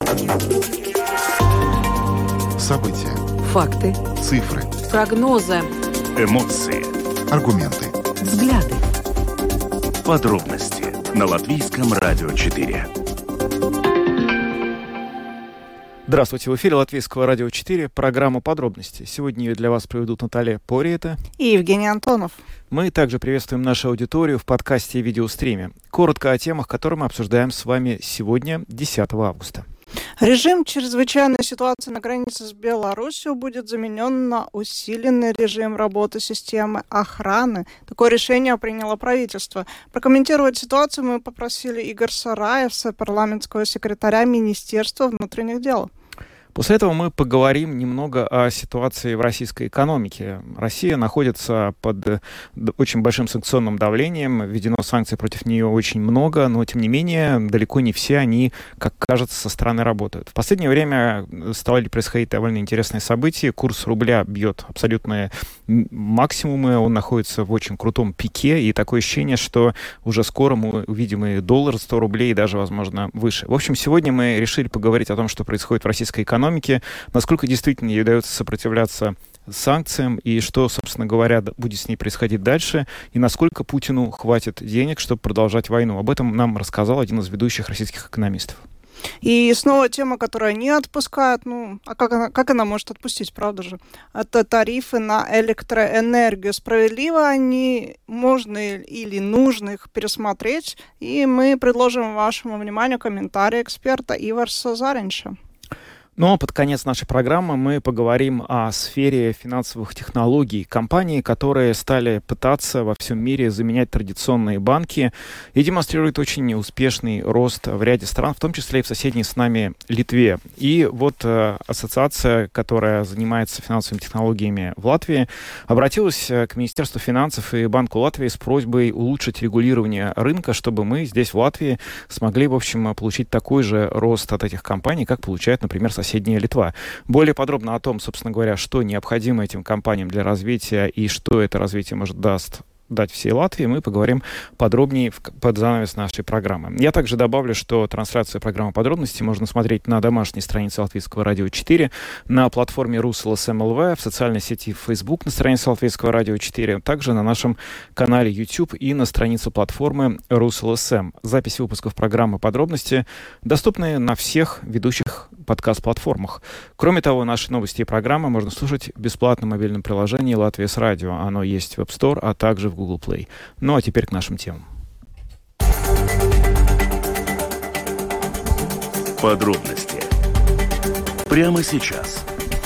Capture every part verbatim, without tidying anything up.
События. Факты. Цифры. Прогнозы. Эмоции. Аргументы. Взгляды. Подробности на Латвийском радио четыре. Здравствуйте, в эфире Латвийского радио четыре, программа «Подробности». Сегодня ее для вас проведут Наталья Пориета и Евгений Антонов. Мы также приветствуем нашу аудиторию в подкасте и видеостриме. Коротко о темах, которые мы обсуждаем с вами сегодня, десятого августа. Режим чрезвычайной ситуации на границе с Беларусью будет заменен на усиленный режим работы системы охраны. Такое решение приняло правительство. Прокомментировать ситуацию мы попросили Игоря Сараевса, парламентского секретаря Министерства внутренних дел. После этого мы поговорим немного о ситуации в российской экономике. Россия находится под очень большим санкционным давлением, введено санкций против нее очень много, но, тем не менее, далеко не все они, как кажется, со стороны работают. В последнее время стали происходить довольно интересные события. Курс рубля бьет абсолютные максимумы, он находится в очень крутом пике, и такое ощущение, что уже скоро мы увидим и доллар сто рублей, и даже, возможно, выше. В общем, сегодня мы решили поговорить о том, что происходит в российской экономике, насколько действительно ей удается сопротивляться санкциям и что, собственно говоря, будет с ней происходить дальше, и насколько Путину хватит денег, чтобы продолжать войну. Об этом нам рассказал один из ведущих российских экономистов. И снова тема, которая не отпускает, ну, а как она, как она может отпустить, правда же? Это тарифы на электроэнергию. Справедливо они, можно или нужно их пересмотреть? И мы предложим вашему вниманию комментарий эксперта Иварса Заринша. Но под конец нашей программы мы поговорим о сфере финансовых технологий. Компании, которые стали пытаться во всем мире заменять традиционные банки и демонстрируют очень успешный рост в ряде стран, в том числе и в соседней с нами Литве. И вот э, ассоциация, которая занимается финансовыми технологиями в Латвии, обратилась к Министерству финансов и Банку Латвии с просьбой улучшить регулирование рынка, чтобы мы здесь в Латвии смогли, в общем, получить такой же рост от этих компаний, как получает, например, соседняя Литва. Более подробно о том, собственно говоря, что необходимо этим компаниям для развития и что это развитие может даст дать всей Латвии, мы поговорим подробнее в, под занавес нашей программы. Я также добавлю, что трансляцию программы «Подробности» можно смотреть на домашней странице Латвийского радио четыре, на платформе РусЛСМ.ЛВ, в социальной сети Facebook на странице Латвийского радио четыре, также на нашем канале YouTube и на странице платформы РусЛСМ. Запись выпусков программы «Подробности» доступны на всех ведущих подкаст-платформах. Кроме того, наши новости и программы можно слушать в бесплатном мобильном приложении «Латвия с радио». Оно есть в App Store, а также в Google Play. Ну а теперь к нашим темам. Подробности прямо сейчас.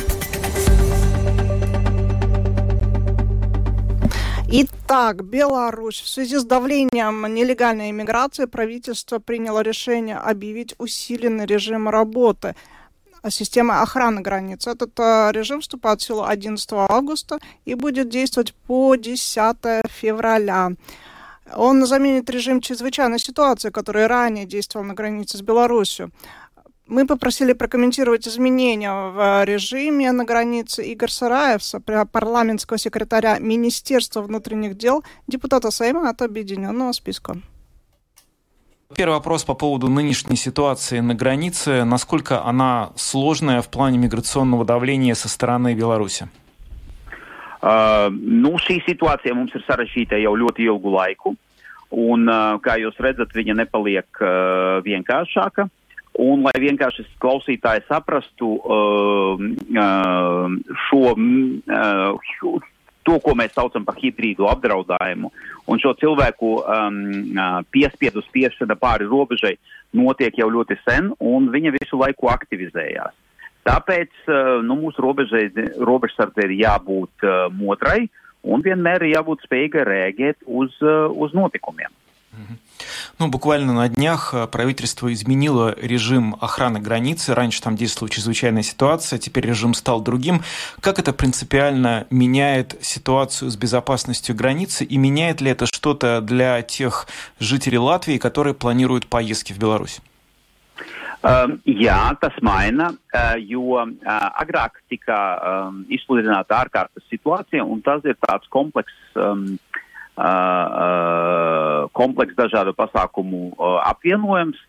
Итак, Беларусь. В связи с давлением нелегальной иммиграции правительство приняло решение объявить усиленный режим работы системы охраны границ. Этот э, режим вступает в силу одиннадцатого августа и будет действовать по десятого февраля. Он заменит режим чрезвычайной ситуации, который ранее действовал на границе с Беларусью. Мы попросили прокомментировать изменения в режиме на границе Игоря Сараевса, парламентского секретаря Министерства внутренних дел, депутата Сейма от Объединенного списка. Первый вопрос по поводу нынешней ситуации на границе. Насколько она сложная в плане миграционного давления со стороны Беларуси? Uh, nu, šī situācija mums ir sarežģīta jau ļoti ilgu laiku, un, uh, kā jūs redzat, viņa nepaliek uh, vienkāršāka. Un, lai vienkārši klausītāji saprastu uh, uh, šo, uh, to, ko mēs saucam par hibrīdu apdraudājumu, un šo cilvēku um, piespiedu spiešana pāri robežai notiek jau ļoti sen, un viņa visu laiku aktivizējās. Tāpēc nu, mūsu robežai, robežsardze ir jābūt uh, modrai un vienmēr ir jābūt spējīgai reaģēt uz, uh, uz notikumiem. Ну, буквально на днях правительство изменило режим охраны границы. Раньше там действовала чрезвычайная ситуация, теперь режим стал другим. Как это принципиально меняет ситуацию с безопасностью границы и меняет ли это что-то для тех жителей Латвии, которые планируют поездки в Беларусь? Um, jā, tas maina, uh, jo uh, agrāk tika um, izsludināta ārkārtas situācija, un tas ir tāds komplekss, um, uh, uh, kompleks dažādu pasākumu uh, apvienojums,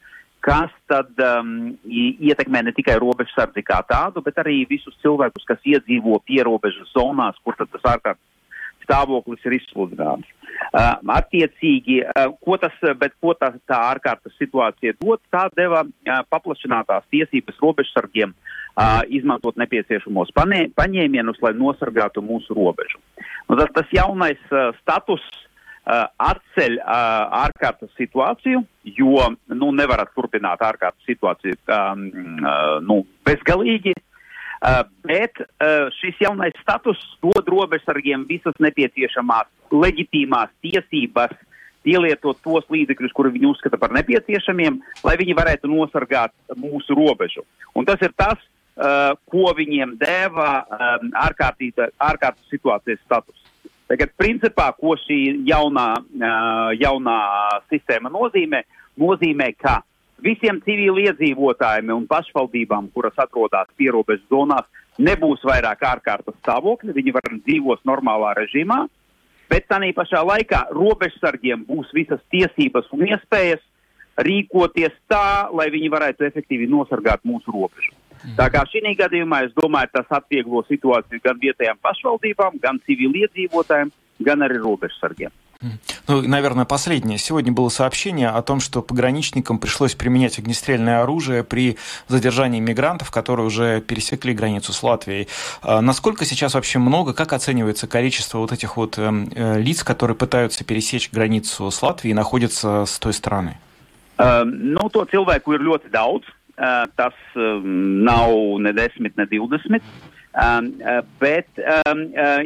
kas tad um, ietekmē ne tikai robežsardzi kā tādu, bet arī visus cilvēkus, kas iedzīvo pierobežas zonās, kur tad tas ārkārtas stāvoklis ir izsludināts. Uh, attiecīgi, uh, ko tas, bet ko tā, tā ārkārtas situācija dod, tā deva uh, paplašinātās tiesības robežsargiem uh, izmantot nepieciešamos paņē, paņēmienus, lai nosargātu mūsu robežu. Nu, tas, tas jaunais uh, status uh, atceļ uh, ārkārtas situāciju, jo nu, nevarat turpināt ārkārtas situāciju um, uh, nu, bezgalīgi. Uh, bet uh, šis jaunais status dod robežsargiem visas nepieciešamās leģitīmās tiesības pielietot tos līdzekļus, kuri viņi uzskata par nepieciešamiem, lai viņi varētu nosargāt mūsu robežu. Un tas ir tas, uh, ko viņiem dēvā um, ārkārtas situācijas status. Tagad, principā, ko šī jaunā, uh, jaunā sistēma nozīmē, nozīmē, ka visiem civiliedzīvotājiem un pašvaldībām, kuras atrodas pierobežu zonās, nebūs vairāk ārkārtas stāvokļi, viņi var dzīvot normālā režīmā, bet tādā pašā laikā robežsargiem būs visas tiesības un iespējas rīkoties tā, lai viņi varētu efektīvi nosargāt mūsu robežu. Mm. Tā kā šī gadījumā, es domāju, tas atvieglo situāciju gan vietējām pašvaldībām, gan civiliedzīvotājiem, gan arī robežsargiem. Ну, наверное, последнее. Сегодня было сообщение о том, что пограничникам пришлось применять огнестрельное оружие при задержании мигрантов, которые уже пересекли границу с Латвией. А насколько сейчас вообще много, как оценивается количество вот этих вот э, лиц, которые пытаются пересечь границу с Латвией и находятся с той стороны? Uh, nu, to cilvēku ir ļoti daudz. Uh, tas uh, nav ne desmit, ne divdesmit. Um, uh, bet um,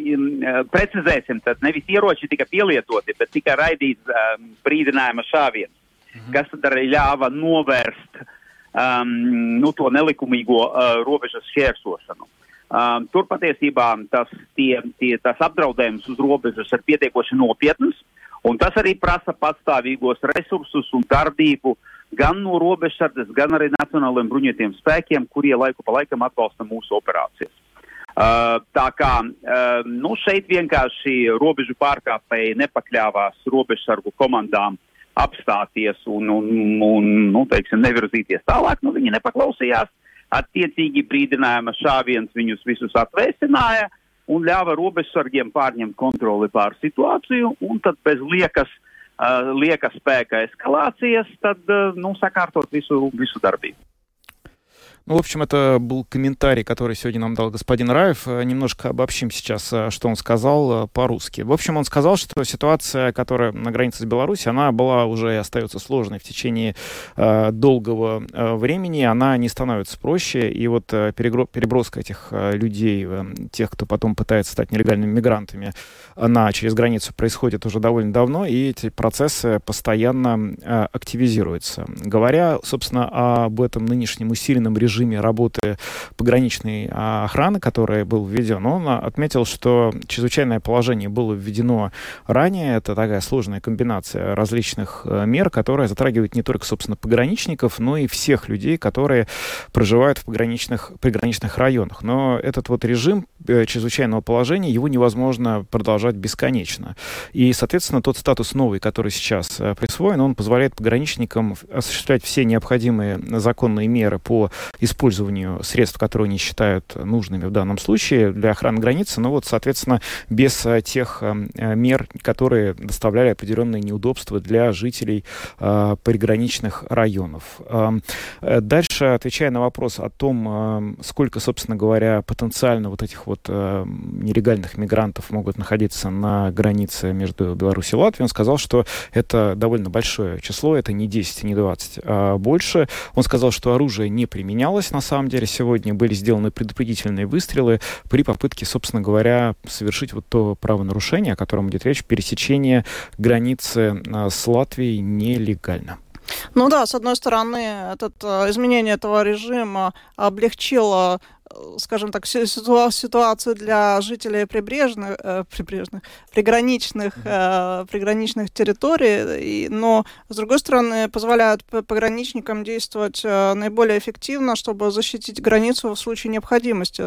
uh, precizēsim, tad nevis ieroči tika pielietoti, bet tika raidīts um, brīdinājuma šāviens, mm-hmm. kas tad arī ļāva novērst um, nu, to nelikumīgo uh, robežas šķērsošanu. Um, tur patiesībā tas, tie, tie, tas apdraudējums uz robežas ir pietiekoši nopietns, un tas arī prasa patstāvīgos resursus un darbību gan no robežsardzes, gan arī nacionālajiem bruņotajiem spēkiem, kurie laiku pa laikam atbalsta mūsu operācijas. Uh, tā kā uh, nu, šeit vienkārši robežu pārkāpēji nepakļāvās robežsargu komandām apstāties un, un, un nu, teiksim, nevirzīties tālāk. Nu, viņi nepaklausījās. Attiecīgi brīdinājuma šāviens viņus visus atvēsināja un ļāva robežsargiem pārņemt kontroli pār situāciju, un tad bez liekas, uh, lieka spēka eskalācijas, tad uh, nu, sakārtot visu, visu darbību. Ну, в общем, это был комментарий, который сегодня нам дал господин Раев. Немножко обобщим сейчас, что он сказал по-русски. В общем, он сказал, что ситуация, которая на границе с Беларусью, она была уже и остается сложной в течение э, долгого э, времени. Она не становится проще. И вот э, переброска этих э, людей, э, тех, кто потом пытается стать нелегальными мигрантами, она через границу происходит уже довольно давно, и эти процессы постоянно э, активизируются. Говоря, собственно, об этом нынешнем усиленном режиме работы пограничной охраны, который был введен, он отметил, что чрезвычайное положение было введено ранее. Это такая сложная комбинация различных мер, которая затрагивает не только, собственно, пограничников, но и всех людей, которые проживают в пограничных, приграничных районах. Но этот вот режим чрезвычайного положения, его невозможно продолжать бесконечно. И, соответственно, тот статус новый, который сейчас присвоен, он позволяет пограничникам осуществлять все необходимые законные меры по использованию средств, которые они считают нужными в данном случае для охраны границы, но вот, соответственно, без тех мер, которые доставляли определенные неудобства для жителей э, приграничных районов. Э, дальше, отвечая на вопрос о том, э, сколько, собственно говоря, потенциально вот этих вот э, нелегальных мигрантов могут находиться на границе между Беларусью и Латвией, он сказал, что это довольно большое число, это не десять, не двадцать, а больше. Он сказал, что оружие не применялось. На самом деле сегодня были сделаны предупредительные выстрелы при попытке, собственно говоря, совершить вот то правонарушение, о котором идет речь, пересечение границы с Латвией нелегально. Ну да, с одной стороны, этот, изменение этого режима облегчило, скажем так, ситуацию для жителей прибрежных, э, прибрежных приграничных, э, приграничных территорий, и, но, с другой стороны, позволяют пограничникам действовать э, наиболее эффективно, чтобы защитить границу в случае необходимости.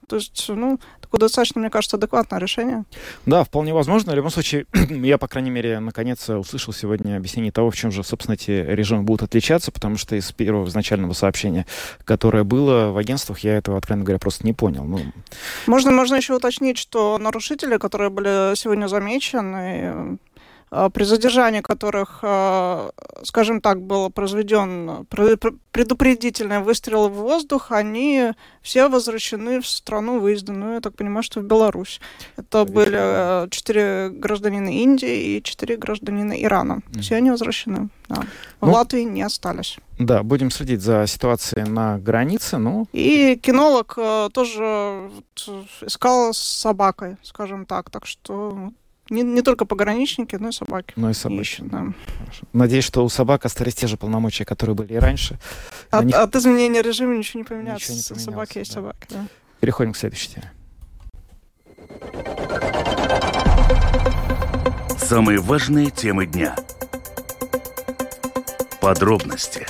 То есть, ну, такое достаточно, мне кажется, адекватное решение. Да, вполне возможно. В любом случае, я, по крайней мере, наконец услышал сегодня объяснение того, в чем же, собственно, эти режимы будут отличаться, потому что из первого изначального сообщения, которое было в агентствах, я этого, откровенно говоря, просто не понял. Ну... Можно, можно еще уточнить, что нарушители, которые были сегодня замечены, при задержании которых, скажем так, был произведен предупредительный выстрел в воздух, они все возвращены в страну выезда. Ну, я так понимаю, что в Беларусь. Это были четыре гражданина Индии и четыре гражданина Ирана. Mm. Все они возвращены. Да. В ну, Латвии не остались. Да, будем следить за ситуацией на границе. Ну... И кинолог тоже искал с собакой, скажем так. Так что... Не, не только пограничники, но и собаки. Ну и собаки. Ищут, да. Надеюсь, что у собак остались те же полномочия, которые были и раньше. От, них... от изменения режима ничего не поменяется. Ничего не поменялось, собаки есть да. собаки. Да. Переходим к следующей теме. Самые важные темы дня. Подробности.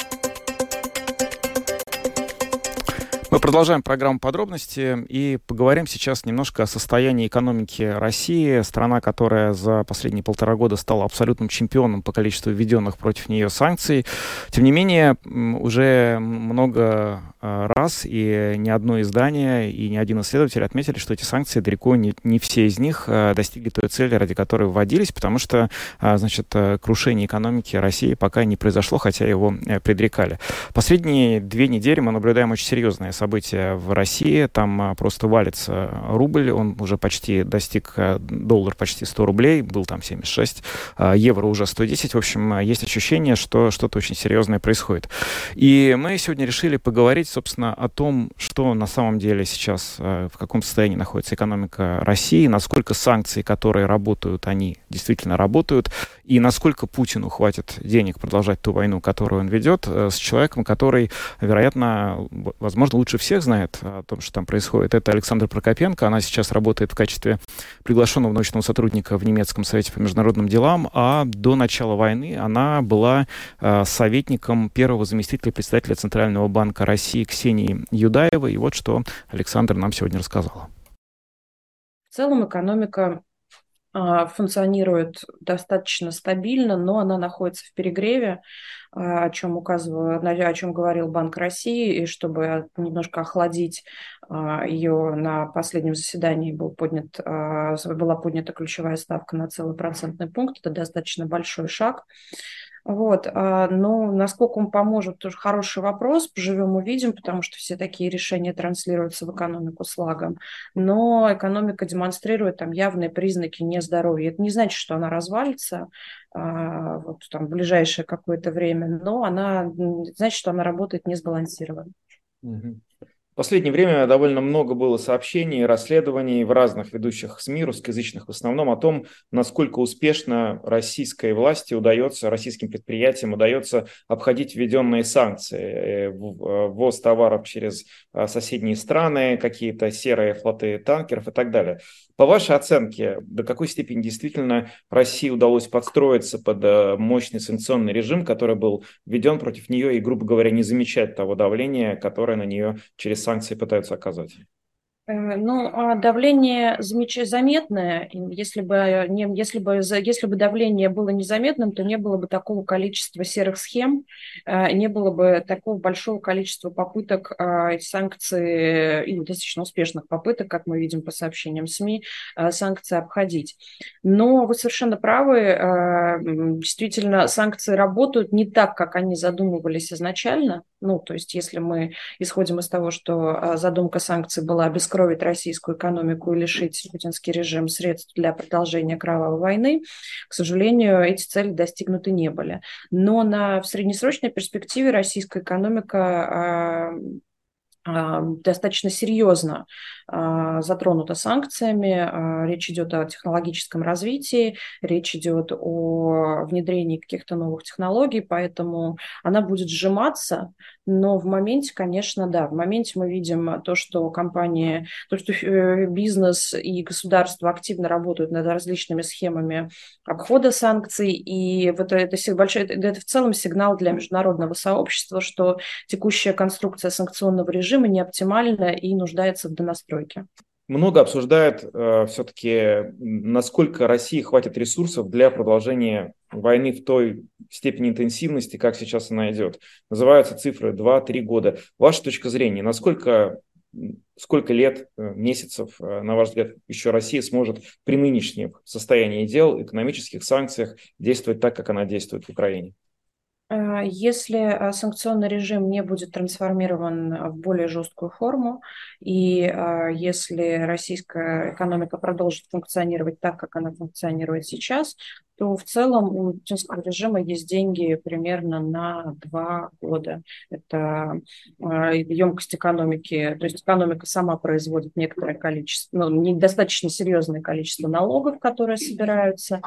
Мы продолжаем программу «Подробности» и поговорим сейчас немножко о состоянии экономики России. Страна, которая за последние полтора года стала абсолютным чемпионом по количеству введенных против нее санкций. Тем не менее, уже много раз и ни одно издание, и ни один исследователь отметили, что эти санкции далеко не, не все из них достигли той цели, ради которой вводились, потому что, значит, крушение экономики России пока не произошло, хотя его предрекали. Последние две недели мы наблюдаем очень серьезные события в России. Там просто валится рубль, он уже почти достиг, доллар почти сто рублей, был там семьдесят шесть, евро уже сто десять. В общем, есть ощущение, что что-то очень серьезное происходит. И мы сегодня решили поговорить, собственно, о том, что на самом деле сейчас, в каком состоянии находится экономика России, насколько санкции, которые работают, они действительно работают, и насколько Путину хватит денег продолжать ту войну, которую он ведет, с человеком, который, вероятно, возможно, лучше всех знает о том, что там происходит. Это Александра Прокопенко. Она сейчас работает в качестве приглашенного научного сотрудника в немецком совете по международным делам, а до начала войны она была э, советником первого заместителя председателя Центрального банка России Ксении Юдаевой. И вот что Александра нам сегодня рассказала. В целом экономика функционирует достаточно стабильно, но она находится в перегреве, о чем указывал, о чем говорил Банк России, и чтобы немножко охладить ее, на последнем заседании был поднят, была поднята ключевая ставка на целый процентный пункт. Это достаточно большой шаг. Вот, но насколько он поможет, тоже хороший вопрос, поживем увидим, потому что все такие решения транслируются в экономику с лагом, но экономика демонстрирует там явные признаки нездоровья. Это не значит, что она развалится вот, там, в ближайшее какое-то время, но она значит, что она работает несбалансированно. В последнее время довольно много было сообщений, расследований в разных ведущих СМИ, русскоязычных в основном, о том, насколько успешно российской власти удается, российским предприятиям удается обходить введенные санкции. Ввоз товаров через соседние страны, какие-то серые флоты танкеров и так далее. По вашей оценке, до какой степени действительно России удалось подстроиться под мощный санкционный режим, который был введен против нее, и, грубо говоря, не замечать того давления, которое на нее через санкции пытаются оказать? Ну, давление заметное. Если бы, не, если, бы, если бы давление было незаметным, то не было бы такого количества серых схем, не было бы такого большого количества попыток эти санкции, и достаточно успешных попыток, как мы видим по сообщениям СМИ, санкции обходить. Но вы совершенно правы, действительно, санкции работают не так, как они задумывались изначально. Ну, то есть, если мы исходим из того, что задумка санкций была обескровить российскую экономику и лишить путинский режим средств для продолжения кровавой войны, к сожалению, эти цели достигнуты не были. Но на, в среднесрочной перспективе российская экономика достаточно серьезно затронута санкциями. Речь идет о технологическом развитии, речь идет о внедрении каких-то новых технологий, поэтому она будет сжиматься, но в моменте, конечно, да, в моменте мы видим то, что компании, то, что бизнес и государство активно работают над различными схемами обхода санкций, и это, это, большой, это в целом сигнал для международного сообщества, что текущая конструкция санкционного режима режима не оптимально и нуждается в донастройке. Много обсуждают э, все-таки, насколько России хватит ресурсов для продолжения войны в той степени интенсивности, как сейчас она идет. Называются цифры два-три года. Ваша точка зрения, насколько, сколько лет, месяцев, на ваш взгляд, еще Россия сможет при нынешнем состоянии дел, экономических санкциях действовать так, как она действует в Украине? Если санкционный режим не будет трансформирован в более жесткую форму, и если российская экономика продолжит функционировать так, как она функционирует сейчас, то в целом у путинского режима есть деньги примерно на два года. Это емкость экономики, то есть экономика сама производит некоторое количество, ну, недостаточно серьезное количество налогов, которые собираются,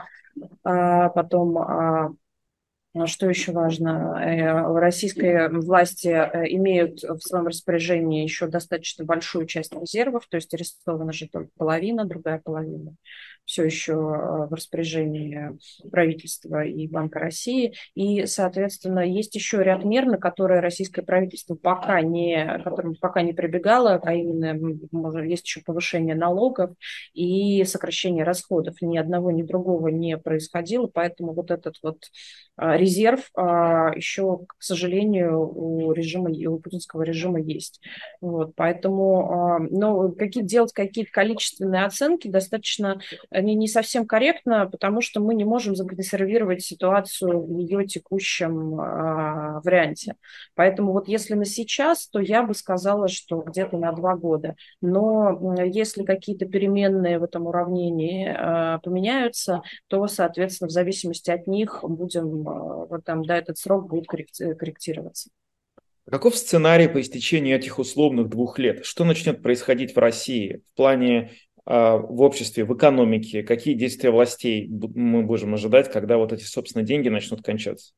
а потом... Что еще важно? Российские власти имеют в своем распоряжении еще достаточно большую часть резервов, то есть арестована же только половина, другая половина все еще в распоряжении правительства и Банка России. И, соответственно, есть еще ряд мер, на которые российское правительство пока не, к которым пока не прибегало, а именно может, есть еще повышение налогов и сокращение расходов. Ни одного, ни другого не происходило, поэтому вот этот вот резерв еще, к сожалению, у режима, у путинского режима есть. Вот, поэтому, но какие, делать какие-то количественные оценки достаточно не, не совсем корректно, потому что мы не можем законсервировать ситуацию в ее текущем а, варианте. Поэтому вот если на сейчас, то я бы сказала, что где-то на два года. Но если какие-то переменные в этом уравнении а, поменяются, то, соответственно, в зависимости от них будем, а, вот там, да, этот срок будет корректироваться. Каков сценарий по истечению этих условных двух лет? Что начнет происходить в России в плане в обществе, в экономике, какие действия властей мы будем ожидать, когда вот эти, собственно, деньги начнут кончаться?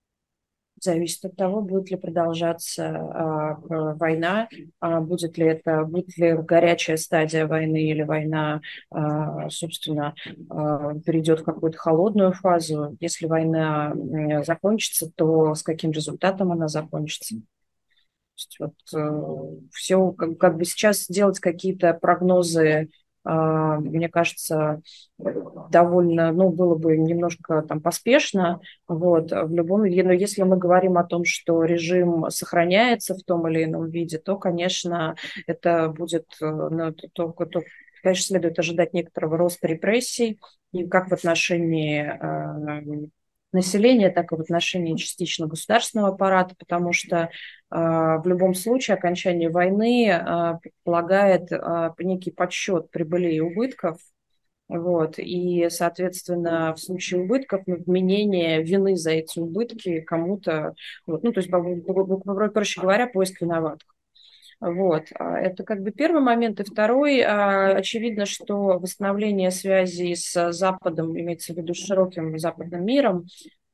Зависит от того, будет ли продолжаться а, война, а, будет ли это, будет ли горячая стадия войны или война, а, собственно, а, перейдет в какую-то холодную фазу. Если война закончится, то с каким результатом она закончится? Вот, э, все, как, как бы сейчас делать какие-то прогнозы, мне кажется, довольно, ну, было бы немножко там поспешно, вот, в любом, но если мы говорим о том, что режим сохраняется в том или ином виде, то, конечно, это будет, ну, то, то, то, конечно, следует ожидать некоторого роста репрессий, и как в отношении э, населения, так и в отношении частично государственного аппарата, потому что э, в любом случае окончание войны э, предполагает э, некий подсчет прибылей и убытков, вот, и, соответственно, в случае убытков, ну, вменение вины за эти убытки кому-то, вот, ну, то есть, проще говоря, поиск виноватых. Вот. Это как бы первый момент. И второй, очевидно, что восстановление связи с Западом, имеется в виду широким западным миром,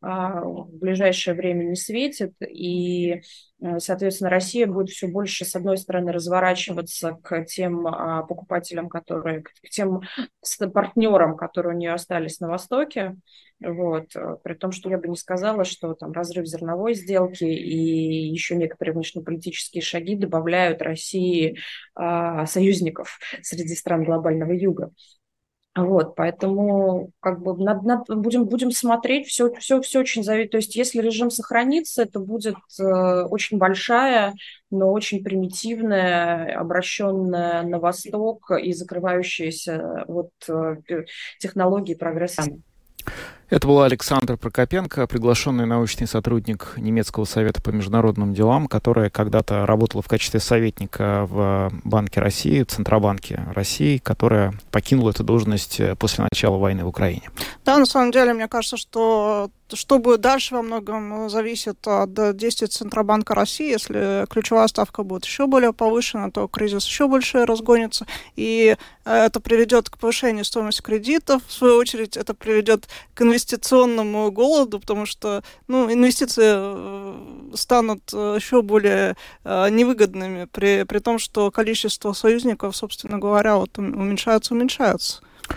в ближайшее время не светит, и, соответственно, Россия будет все больше, с одной стороны, разворачиваться к тем покупателям, которые, к тем партнерам, которые у нее остались на Востоке, вот, при том, что я бы не сказала, что там разрыв зерновой сделки и еще некоторые внешнеполитические шаги добавляют России а, союзников среди стран глобального юга. Вот, поэтому как бы над, над, будем, будем смотреть, все, все, все очень зависит. То есть если режим сохранится, это будет э, очень большая, но очень примитивная, обращенная на восток и закрывающаяся от э, технологий прогресса. Это был Александр Прокопенко, приглашенный научный сотрудник Немецкого совета по международным делам, которая когда-то работала в качестве советника в Банке России, Центробанке России, которая покинула эту должность после начала войны в Украине. Да, на самом деле, мне кажется, что что будет дальше, во многом зависит от действий Центробанка России. Если ключевая ставка будет еще более повышена, то кризис еще больше разгонится, и это приведет к повышению стоимости кредитов. В свою очередь, это приведет к инвестиционному голоду, потому что, ну, инвестиции станут еще более невыгодными, при, при том, что количество союзников, собственно говоря, вот уменьшается, уменьшается.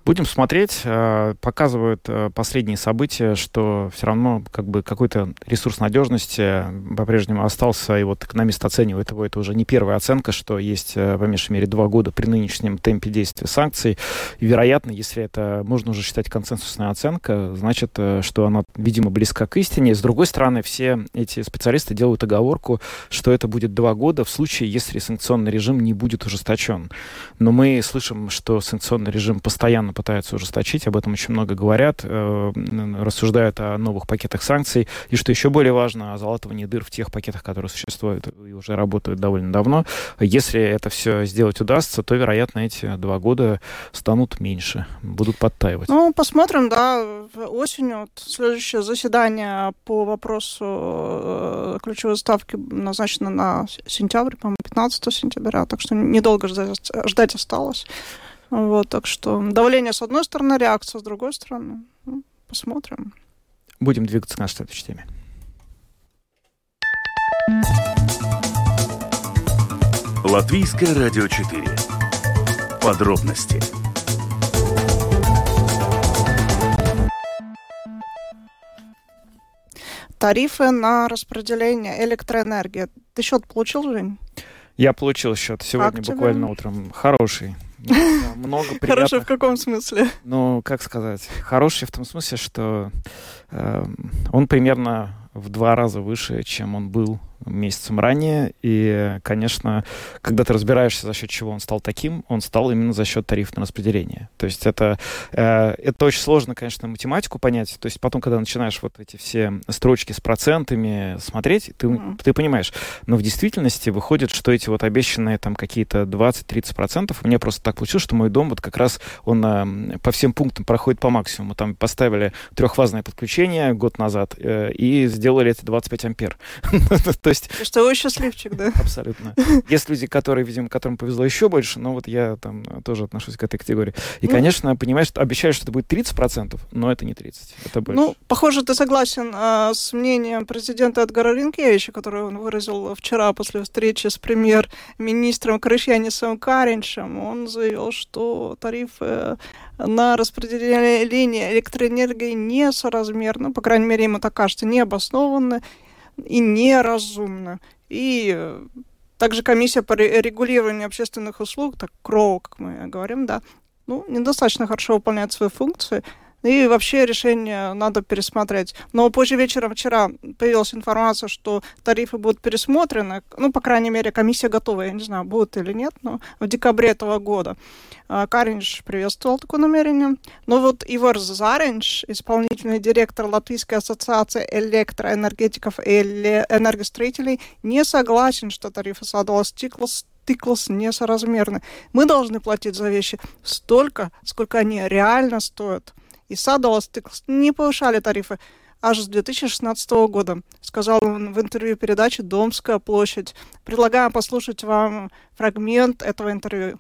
Будем смотреть. Показывают последние события, что все равно как бы какой-то ресурс надежности по-прежнему остался. И вот экономист оценивает его. Это уже не первая оценка, что есть по меньшей мере два года при нынешнем темпе действия санкций. И, вероятно, если это можно уже считать консенсусная оценка, значит, что она, видимо, близка к истине. С другой стороны, все эти специалисты делают оговорку, что это будет два года в случае, если санкционный режим не будет ужесточен. Но мы слышим, что санкционный режим постоянно пытаются ужесточить, об этом очень много говорят, э, рассуждают о новых пакетах санкций, и, что еще более важно, о залатывании дыр в тех пакетах, которые существуют и уже работают довольно давно. Если это все сделать удастся, то, вероятно, эти два года станут меньше, будут подтаивать. Ну, посмотрим, да, осенью вот, следующее заседание по вопросу э, ключевой ставки назначено на сентябрь, по-моему, пятнадцатого сентября, так что недолго ждать, ждать осталось. Вот, так что давление с одной стороны, реакция с другой стороны. Ну, посмотрим. Будем двигаться к нашей следующей теме. Латвийское радио четыре. Подробности. Тарифы на распределение электроэнергии. Ты счет получил, Жень? Я получил счет сегодня как буквально тебе? Утром. Хороший. Много приятных. Хороший в каком смысле? Ну, как сказать? Хороший в том смысле, что э, он примерно в два раза выше, чем он был месяцем ранее. И, конечно, когда ты разбираешься, за счет чего он стал таким, он стал именно за счет тарифного распределения. То есть это, э, это очень сложно, конечно, математику понять. То есть потом, когда начинаешь вот эти все строчки с процентами смотреть, ты, mm. ты понимаешь. Но в действительности выходит, что эти вот обещанные там какие-то двадцать-тридцать процентов, мне просто так получилось, что мой дом вот как раз он э, по всем пунктам проходит по максимуму. Там поставили трехфазное подключение год назад э, и сделали это двадцать пять ампер. То есть... Что вы счастливчик, да? Абсолютно. Есть люди, которые, видимо, которым повезло еще больше, но вот я там тоже отношусь к этой категории. И, ну, конечно, понимаешь, обещаешь, что это будет тридцать процентов, но это не тридцать процентов, это больше. Ну, похоже, ты согласен э, с мнением президента Эдгара Ринкевича, которое он выразил вчера после встречи с премьер-министром Кришьянисом Кариньшем. Он заявил, что тарифы на распределение электроэнергии несоразмерны, по крайней мере, ему так кажется, необоснованны и неразумно. И также комиссия по регулированию общественных услуг, так КРОУ, как мы говорим, да, ну, недостаточно хорошо выполняет свои функции. И вообще решение надо пересмотреть. Но позже вечером вчера появилась информация, что тарифы будут пересмотрены. Ну, по крайней мере, комиссия готова. Я не знаю, будет или нет, но в декабре этого года. Кариньш приветствовал такое намерение. Но вот Ивар Заринш, исполнительный директор Латвийской ассоциации электроэнергетиков и энергостроителей, не согласен, что тарифы Sadalus Tīkls Tīkls несоразмерны. Мы должны платить за вещи столько, сколько они реально стоят. И Sadalus Tīkls не повышали тарифы аж с две тысячи шестнадцатого года, сказал он в интервью передачи «Домская площадь». Предлагаем послушать вам фрагмент этого интервью.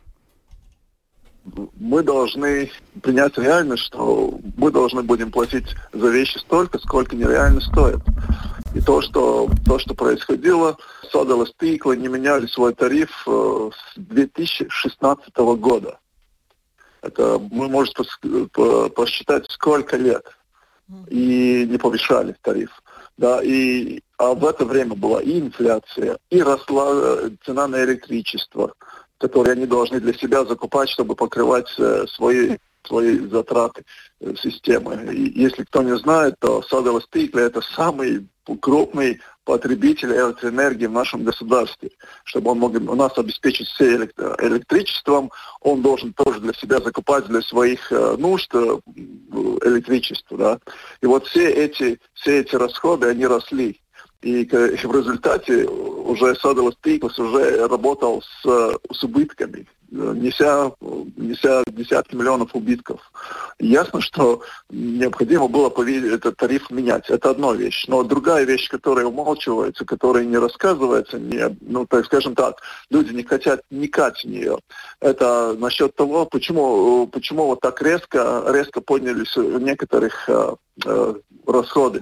Мы должны принять реальность, что мы должны будем платить за вещи столько, сколько нереально стоит. И то, что, то, что происходило, Sadalus Tīkli не меняли свой тариф э, с две тысячи шестнадцатого года. Это мы можем пос- по- посчитать, сколько лет. И не повышали тариф. Да, и, а в это время была и инфляция, и росла цена на электричество, которые они должны для себя закупать, чтобы покрывать э, свои, свои затраты э, системы. И если кто не знает, то Sadalus Tīkli это самый крупный потребитель электроэнергии в нашем государстве. Чтобы он мог у нас обеспечить все электро- электричеством, он должен тоже для себя закупать для своих э, нужд э, электричество. Да? И вот все эти, все эти расходы, они росли. И в результате уже Sadalus Tīkls уже работал с, с убытками, неся, неся десятки миллионов убытков. И ясно, что необходимо было этот тариф менять. Это одна вещь. Но другая вещь, которая умалчивается, которая не рассказывается, не, ну, так скажем так, люди не хотят вникать в нее. Это насчет того, почему, почему вот так резко, резко поднялись некоторых э, э, расходы.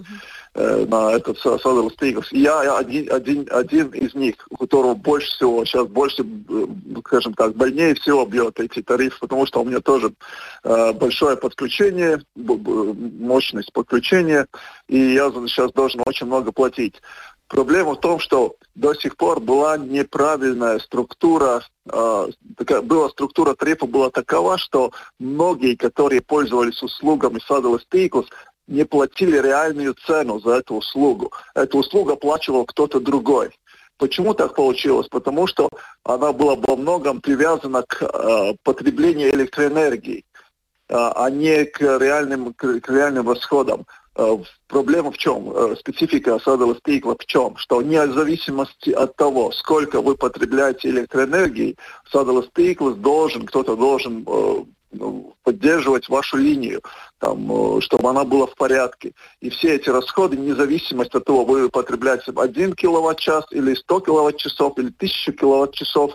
э, на этот Southern Stickles. Я один, один, один из них, у которого больше всего, сейчас больше, скажем так, больнее всего бьет эти тарифы, потому что у меня тоже э, большое подключение, мощность подключения, и я сейчас должен очень много платить. Проблема в том, что до сих пор была неправильная структура, э, такая, была структура тарифа была такова, что многие, которые пользовались услугами Southern Stickles, не платили реальную цену за эту услугу. Эту услугу оплачивал кто-то другой. Почему так получилось? Потому что она была во многом привязана к э, потреблению электроэнергии, э, а не к реальным, к, к реальным расходам. Проблема в чем? Специфика Southern Stickles в чем? Что вне зависимости от того, сколько вы потребляете электроэнергии, Southern Stickles должен, кто-то должен поддерживать вашу линию, там, чтобы она была в порядке. И все эти расходы, вне зависимости от того, вы потребляете один киловатт-час или сто киловатт-часов или тысячу киловатт-часов,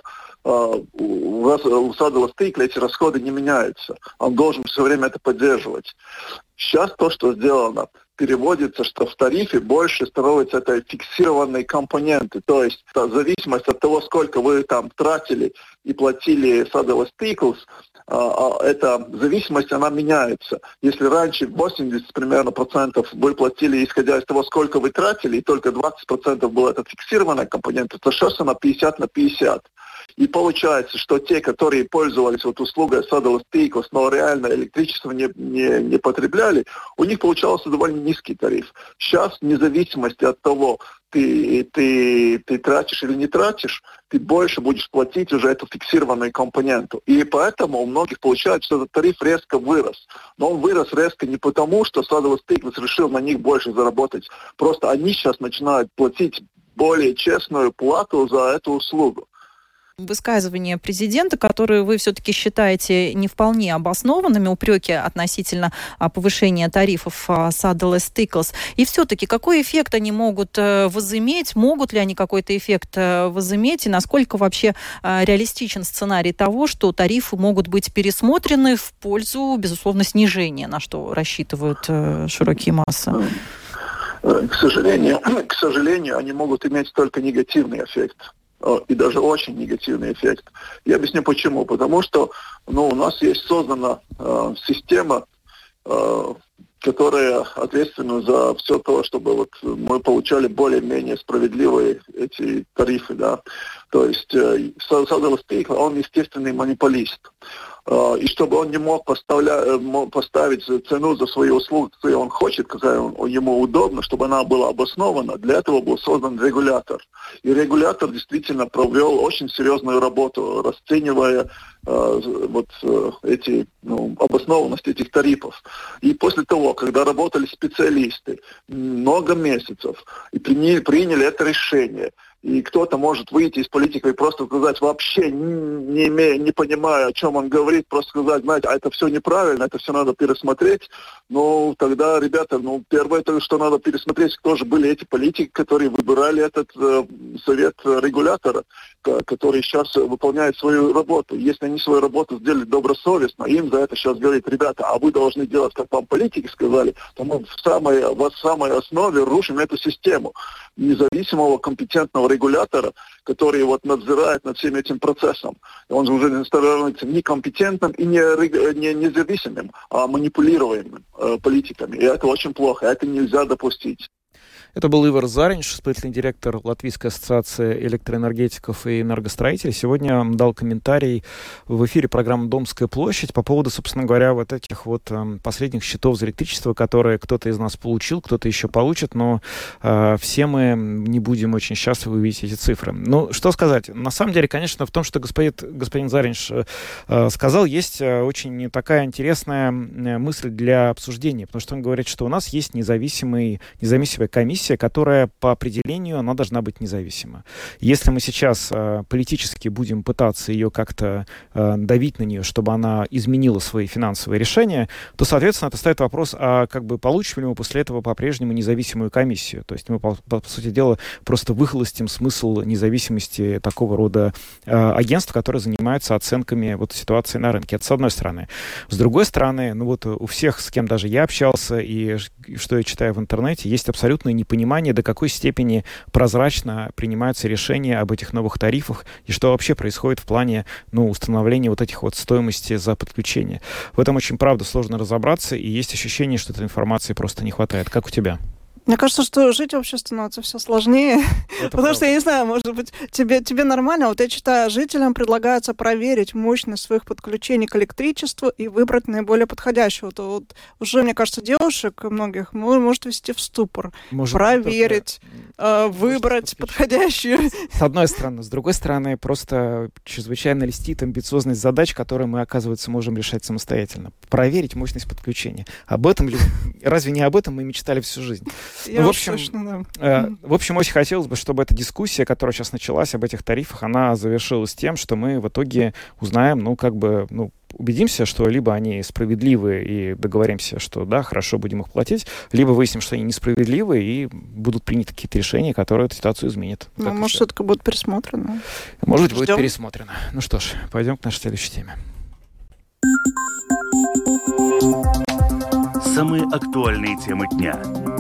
у Southern Stickles эти расходы не меняются. Он должен все время это поддерживать. Сейчас то, что сделано, переводится, что в тарифе больше становятся это фиксированные компоненты. То есть в зависимости от того, сколько вы там тратили и платили Southern Stickles, эта зависимость, она меняется. Если раньше восемьдесят примерно процентов вы платили, исходя из того, сколько вы тратили, и только двадцать процентов был этот фиксированный компонент, то сейчас она пятьдесят на пятьдесят. И получается, что те, которые пользовались вот услугой Southern Stickles, но реально электричество не, не, не потребляли, у них получался довольно низкий тариф. Сейчас, вне зависимости от того, ты, ты, ты тратишь или не тратишь, ты больше будешь платить уже эту фиксированную компоненту. И поэтому у многих получается, что этот тариф резко вырос. Но он вырос резко не потому, что Southern Stickles решил на них больше заработать. Просто они сейчас начинают платить более честную плату за эту услугу. Высказывания президента, которые вы все-таки считаете не вполне обоснованными, упреки относительно повышения тарифов Southern Stickles. И все-таки какой эффект они могут возыметь? Могут ли они какой-то эффект возыметь? И насколько вообще реалистичен сценарий того, что тарифы могут быть пересмотрены в пользу, безусловно, снижения, на что рассчитывают широкие массы? К сожалению, к сожалению, они могут иметь только негативный эффект. И даже очень негативный эффект. Я объясню почему. Потому что ну, у нас есть создана э, система, э, которая ответственна за все то, чтобы вот мы получали более-менее справедливые эти тарифы. Да? То есть э, Southern Stickles, он естественный монополист. И чтобы он не мог поставить цену за свои услуги, какую он хочет, какая ему удобна, чтобы она была обоснована, для этого был создан регулятор. И регулятор действительно провел очень серьезную работу, расценивая э, вот э, эти, ну, обоснованность этих тарифов. И после того, когда работали специалисты много месяцев и приняли, приняли это решение, и кто-то может выйти из политики и просто сказать, вообще не имея, не понимая, о чем он говорит, просто сказать, знаете, а это все неправильно, это все надо пересмотреть. Ну, тогда, ребята, ну, первое, то, что надо пересмотреть, кто же были эти политики, которые выбирали этот э, совет регулятора, который сейчас выполняет свою работу. Если они свою работу сделали добросовестно, им за это сейчас говорят, ребята, а вы должны делать, как вам политики сказали, то мы в самой, в самой основе рушим эту систему независимого компетентного регулятора, который вот надзирает над всем этим процессом. И он уже не становится не компетентным и не, не независимым, а манипулируемым э, политиками. И это очень плохо, это нельзя допустить. Это был Ивар Заринч, исполнительный директор Латвийской ассоциации электроэнергетиков и энергостроителей. Сегодня дал комментарий в эфире программы «Домская площадь» по поводу, собственно говоря, вот этих вот э, последних счетов за электричество, которые кто-то из нас получил, кто-то еще получит, но э, все мы не будем очень счастливы увидеть эти цифры. Ну, что сказать? На самом деле, конечно, в том, что господин, господин Заринч э, сказал, есть очень такая интересная мысль для обсуждения, потому что он говорит, что у нас есть независимый, независимая комиссия, дискуссия, которая по определению, она должна быть независима. Если мы сейчас э, политически будем пытаться ее как-то э, давить на нее, чтобы она изменила свои финансовые решения, то, соответственно, это ставит вопрос, а как бы получим ли мы после этого по-прежнему независимую комиссию. То есть мы, по, по, по сути дела, просто выхолостим смысл независимости такого рода э, агентств, которые занимаются оценками вот ситуации на рынке. Это с одной стороны. С другой стороны, ну вот у всех, с кем даже я общался и что я читаю в интернете, есть абсолютное непонимание, до какой степени прозрачно принимаются решения об этих новых тарифах и что вообще происходит в плане ну, установления вот этих вот стоимости за подключение. В этом очень, правда, сложно разобраться, и есть ощущение, что этой информации просто не хватает. Как у тебя? Мне кажется, что жить вообще становится все сложнее. Это Потому правда. Что, я не знаю, может быть, тебе, тебе нормально. Вот я читаю, жителям предлагается проверить мощность своих подключений к электричеству и выбрать наиболее подходящего. То вот уже, мне кажется, девушек многих может ввести в ступор. Может, проверить, только... выбрать подходящую. С одной стороны. С другой стороны, просто чрезвычайно льстит амбициозность задач, которые мы, оказывается, можем решать самостоятельно. Проверить мощность подключения. Об этом ли... Разве не об этом мы мечтали всю жизнь? Ну, в, общем, точно, да. э, в общем, очень хотелось бы, чтобы эта дискуссия, которая сейчас началась об этих тарифах, она завершилась тем, что мы в итоге узнаем, ну, как бы, ну, убедимся, что либо они справедливы и договоримся, что да, хорошо, будем их платить, либо выясним, что они несправедливы и будут приняты какие-то решения, которые эту ситуацию изменят. Ну, может, все-таки будет пересмотрено. Может быть, будет пересмотрено. Ну что ж, пойдем к нашей следующей теме. Самые актуальные темы дня.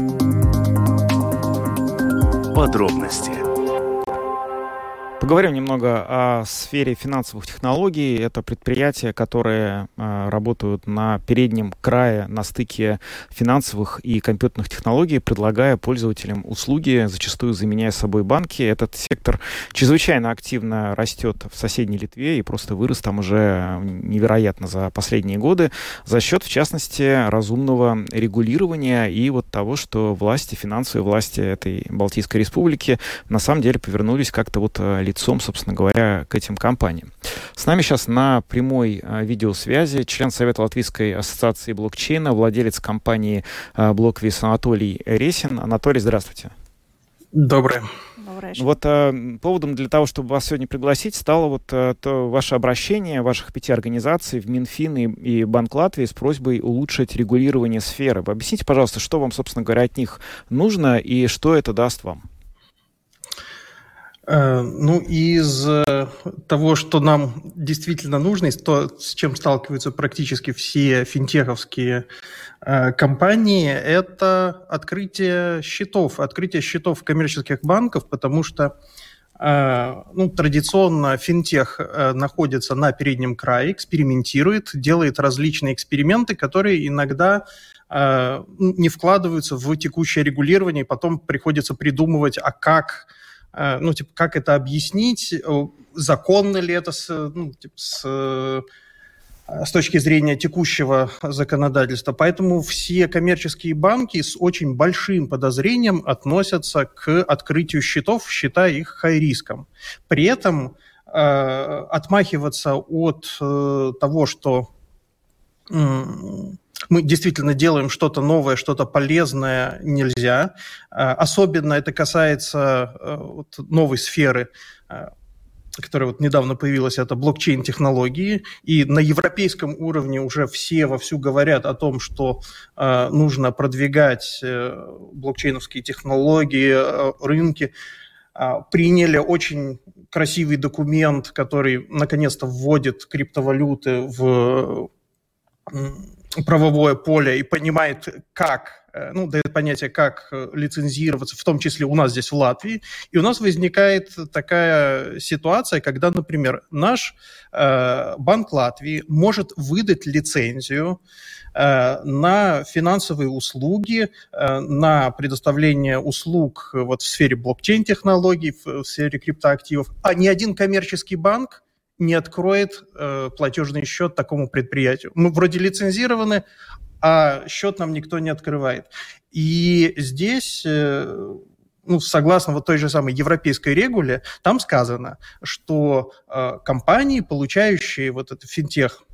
Подробности. Поговорим немного о сфере финансовых технологий. Это предприятия, которые э, работают на переднем крае, на стыке финансовых и компьютерных технологий, предлагая пользователям услуги, зачастую заменяя собой банки. Этот сектор чрезвычайно активно растет в соседней Литве и просто вырос там уже невероятно за последние годы за счет, в частности, разумного регулирования и вот того, что власти, финансовые власти этой Балтийской республики на самом деле повернулись как-то вот лицом, собственно говоря, к этим компаниям. С нами сейчас на прямой а, видеосвязи член Совета Латвийской ассоциации блокчейна, владелец компании а, Блоквис Анатолий Ресин. Анатолий, здравствуйте. Доброе. Вот а, поводом для того, чтобы вас сегодня пригласить, стало вот а, то ваше обращение ваших пяти организаций в Минфин и, и Банк Латвии с просьбой улучшить регулирование сферы. Объясните, пожалуйста, что вам, собственно говоря, от них нужно и что это даст вам? Ну, из того, что нам действительно нужно, из того, с чем сталкиваются практически все финтеховские э, компании, это открытие счетов, открытие счетов коммерческих банков, потому что э, ну, традиционно финтех э, находится на переднем крае, экспериментирует, делает различные эксперименты, которые иногда э, не вкладываются в текущее регулирование, и потом приходится придумывать, а как... Ну, типа, как это объяснить, законно ли это с, ну, типа, с, с точки зрения текущего законодательства. Поэтому все коммерческие банки с очень большим подозрением относятся к открытию счетов, считая их хай-риском. При этом э, отмахиваться от э, того, что... Э, мы действительно делаем что-то новое, что-то полезное, нельзя. Особенно это касается вот новой сферы, которая вот недавно появилась, это блокчейн-технологии. И на европейском уровне уже все вовсю говорят о том, что нужно продвигать блокчейновские технологии, рынки. Приняли очень красивый документ, который наконец-то вводит криптовалюты в правовое поле и понимает, как, ну, дает понятие, как лицензироваться, в том числе у нас здесь в Латвии. И у нас возникает такая ситуация, когда, например, наш э, Банк Латвии может выдать лицензию э, на финансовые услуги, э, на предоставление услуг вот, в сфере блокчейн-технологий, в, в сфере криптоактивов, а ни один коммерческий банк не откроет э, платежный счет такому предприятию. Мы вроде лицензированы, а счет нам никто не открывает. И здесь, э, ну, согласно вот той же самой европейской регуле, там сказано, что э, компании, получающие вот это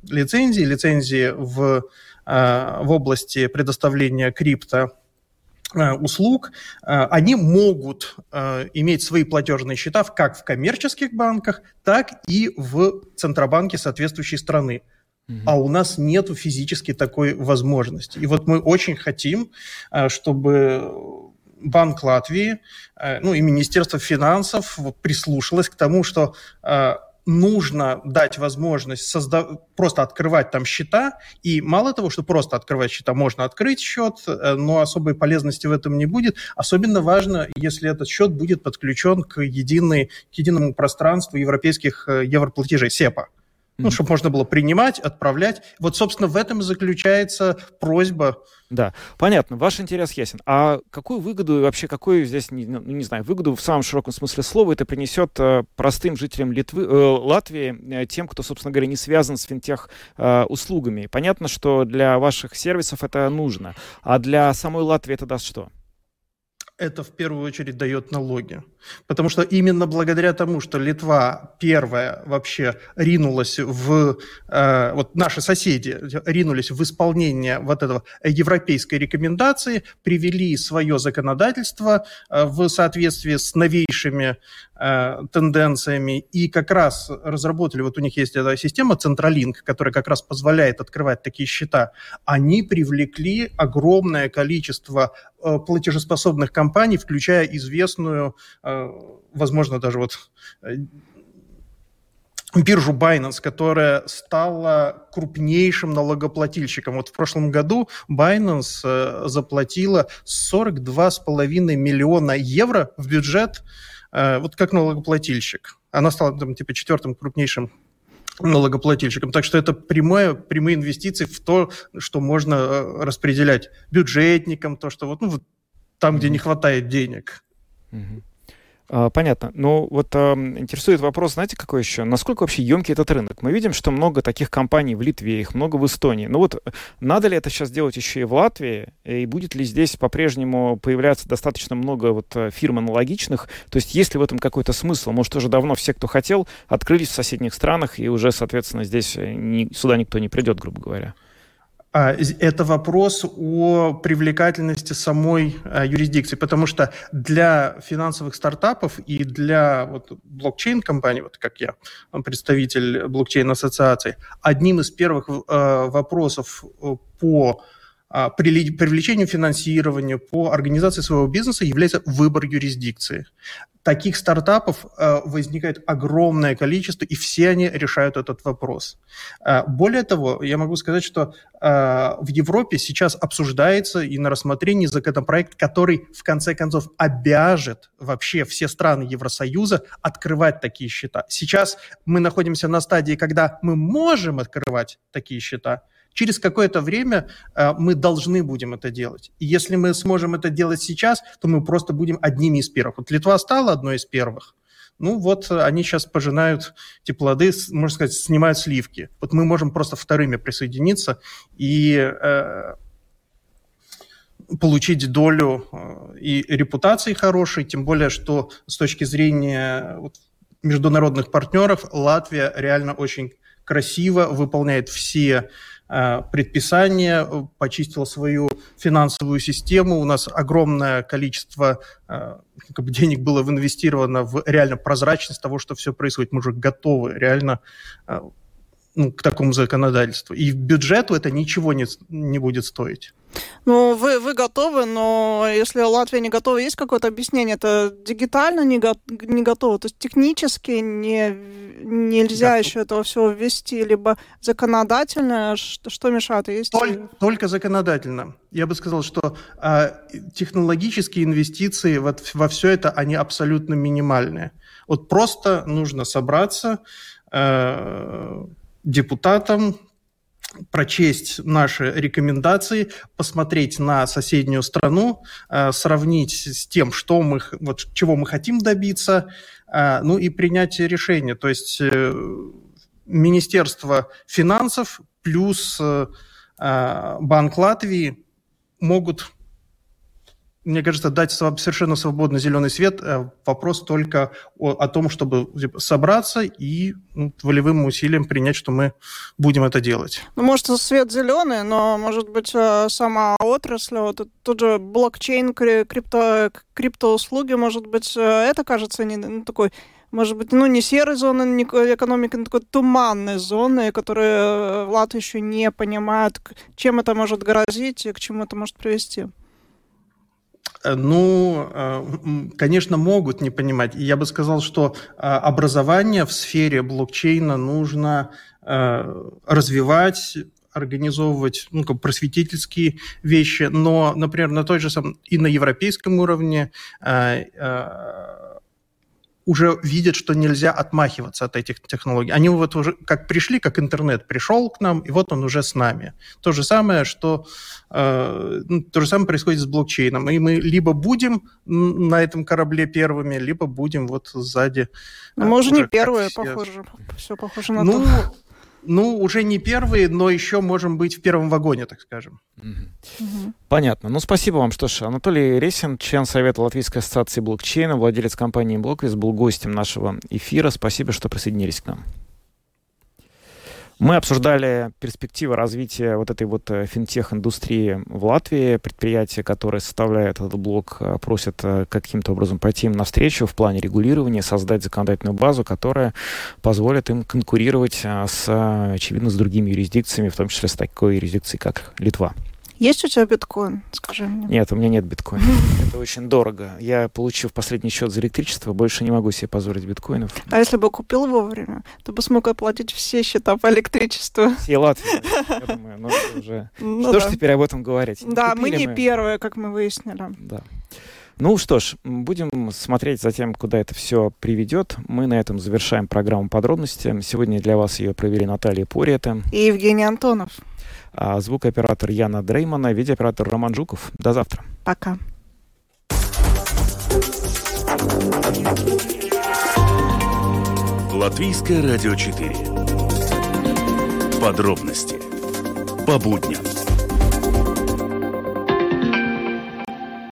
финтех-лицензии, лицензии в, э, в области предоставления крипто услуг, они могут иметь свои платежные счета как в коммерческих банках, так и в Центробанке соответствующей страны. Mm-hmm. А у нас нет физически такой возможности. И вот мы очень хотим, чтобы Банк Латвии, ну и Министерство финансов прислушалось к тому, что нужно дать возможность созда... просто открывать там счета, и мало того, что просто открывать счета, можно открыть счет, но особой полезности в этом не будет. Особенно важно, если этот счет будет подключен к, единой, к единому пространству европейских европлатежей, СЕПА. Ну, чтобы можно было принимать, отправлять. Вот, собственно, в этом и заключается просьба. Да, понятно, ваш интерес ясен. А какую выгоду, вообще какую здесь, не, ну, не знаю, выгоду в самом широком смысле слова это принесет э, простым жителям Литвы, э, Латвии, э, тем, кто, собственно говоря, не связан с финтех-услугами? Понятно, что для ваших сервисов это нужно. А для самой Латвии это даст что? Это в первую очередь дает налоги. Потому что именно благодаря тому, что Литва первая вообще ринулась в... Э, вот наши соседи ринулись в исполнение вот этого европейской рекомендации, привели свое законодательство э, в соответствии с новейшими э, тенденциями и как раз разработали, вот у них есть эта система Централинк, которая как раз позволяет открывать такие счета. Они привлекли огромное количество э, платежеспособных компаний, включая известную возможно, даже вот биржу Binance, которая стала крупнейшим налогоплательщиком. Вот в прошлом году Binance заплатила сорок два с половиной миллиона евро в бюджет вот как налогоплательщик. Она стала там, типа четвертым крупнейшим налогоплательщиком. Так что это прямое, прямые инвестиции в то, что можно распределять бюджетникам, то, что вот, ну, вот там, где не хватает денег. Mm-hmm. Понятно. Но вот э, интересует вопрос, знаете, какой еще? Насколько вообще емкий этот рынок? Мы видим, что много таких компаний в Литве, их много в Эстонии. Но вот надо ли это сейчас делать еще и в Латвии? И будет ли здесь по-прежнему появляться достаточно много вот фирм аналогичных? То есть есть ли в этом какой-то смысл? Может, уже давно все, кто хотел, открылись в соседних странах, и уже, соответственно, здесь ни, сюда никто не придет, грубо говоря? Это вопрос о привлекательности самой а, юрисдикции, потому что для финансовых стартапов и для вот, блокчейн-компаний, вот как я, представитель блокчейн-ассоциации, одним из первых а, вопросов по а, привлечению финансирования, по организации своего бизнеса является выбор юрисдикции. Таких стартапов э, возникает огромное количество, и все они решают этот вопрос. Э, более того, я могу сказать, что э, в Европе сейчас обсуждается и на рассмотрении законопроект, который в конце концов обяжет вообще все страны Евросоюза открывать такие счета. Сейчас мы находимся на стадии, когда мы можем открывать такие счета. Через какое-то время э, мы должны будем это делать. И если мы сможем это делать сейчас, то мы просто будем одними из первых. Вот Литва стала одной из первых. Ну вот они сейчас пожинают эти плоды, можно сказать, снимают сливки. Вот мы можем просто вторыми присоединиться и э, получить долю э, и репутации хорошей, тем более, что с точки зрения вот, международных партнеров Латвия реально очень красиво выполняет все предписания, почистила свою финансовую систему. У нас огромное количество как бы, денег было инвестировано в реально прозрачность того, что все происходит. Мы уже готовы реально ну, к такому законодательству. И бюджету это ничего не, не будет стоить. Ну, вы, вы готовы, но если Латвия не готова, есть какое-то объяснение? Это дигитально не, го, не готово, то есть технически не, нельзя Готов. еще этого всего ввести, либо законодательно, что, что мешает? Есть... Только, только законодательно. Я бы сказал, что э, технологические инвестиции вот, во все это, они абсолютно минимальные. Вот просто нужно собраться э, депутатам, прочесть наши рекомендации, посмотреть на соседнюю страну, э, сравнить с тем, что мы, вот, чего мы хотим добиться, э, ну и принять решение. То есть э, Министерство финансов плюс э, Банк Латвии могут мне кажется, дать совершенно свободно зеленый свет. Вопрос только о, о том, чтобы собраться и ну, волевым усилием принять, что мы будем это делать. Ну, может, свет зеленый, но, может быть, сама отрасль, вот тот же блокчейн, крипто, криптоуслуги, может быть, это кажется не ну, такой... Может быть, ну, не серой зоной не экономики, но такой туманной зоной, которые в Латвии еще не понимают, чем это может грозить и к чему это может привести. Ну, конечно, могут не понимать. И я бы сказал, что образование в сфере блокчейна нужно развивать, организовывать ну, как просветительские вещи, но, например, на той же самом и на европейском уровне уже видят, что нельзя отмахиваться от этих технологий. Они вот уже как пришли, как интернет пришел к нам, и вот он уже с нами. То же самое, что э, ну, то же самое происходит с блокчейном. И мы либо будем на этом корабле первыми, либо будем вот сзади. Но мы уже не первые, все. похоже. Все похоже на ну, то. Ну, уже не первые, но еще можем быть в первом вагоне, так скажем. Угу. Понятно. Ну, спасибо вам. Что ж, Анатолий Ресин, член Совета Латвийской ассоциации блокчейна, владелец компании Blockwiz, был гостем нашего эфира. Спасибо, что присоединились к нам. Мы обсуждали перспективы развития вот этой вот финтех-индустрии в Латвии. Предприятия, которые составляют этот блок, просят каким-то образом пойти им навстречу в плане регулирования, создать законодательную базу, которая позволит им конкурировать с, очевидно, с другими юрисдикциями, в том числе с такой юрисдикцией, как Литва. Есть у тебя биткоин? Скажи мне. Нет, у меня нет биткоина. Это очень дорого. Я, получив последний счет за электричество, больше не могу себе позволить биткоинов. А если бы купил вовремя, ты бы смог оплатить все счета по электричеству. Все Латвии, я думаю. Ну, уже... ну, что да. ж теперь об этом говорить? Да, мы не мы... первые, как мы выяснили. Да. Ну что ж, будем смотреть за тем, куда это все приведет. Мы на этом завершаем программу «Подробности». Сегодня для вас ее провели Наталья Порета и Евгений Антонов. А звукооператор Яна Дреймана, видеооператор Роман Жуков. До завтра. Пока. Латвийское радио четыре. Подробности по будням.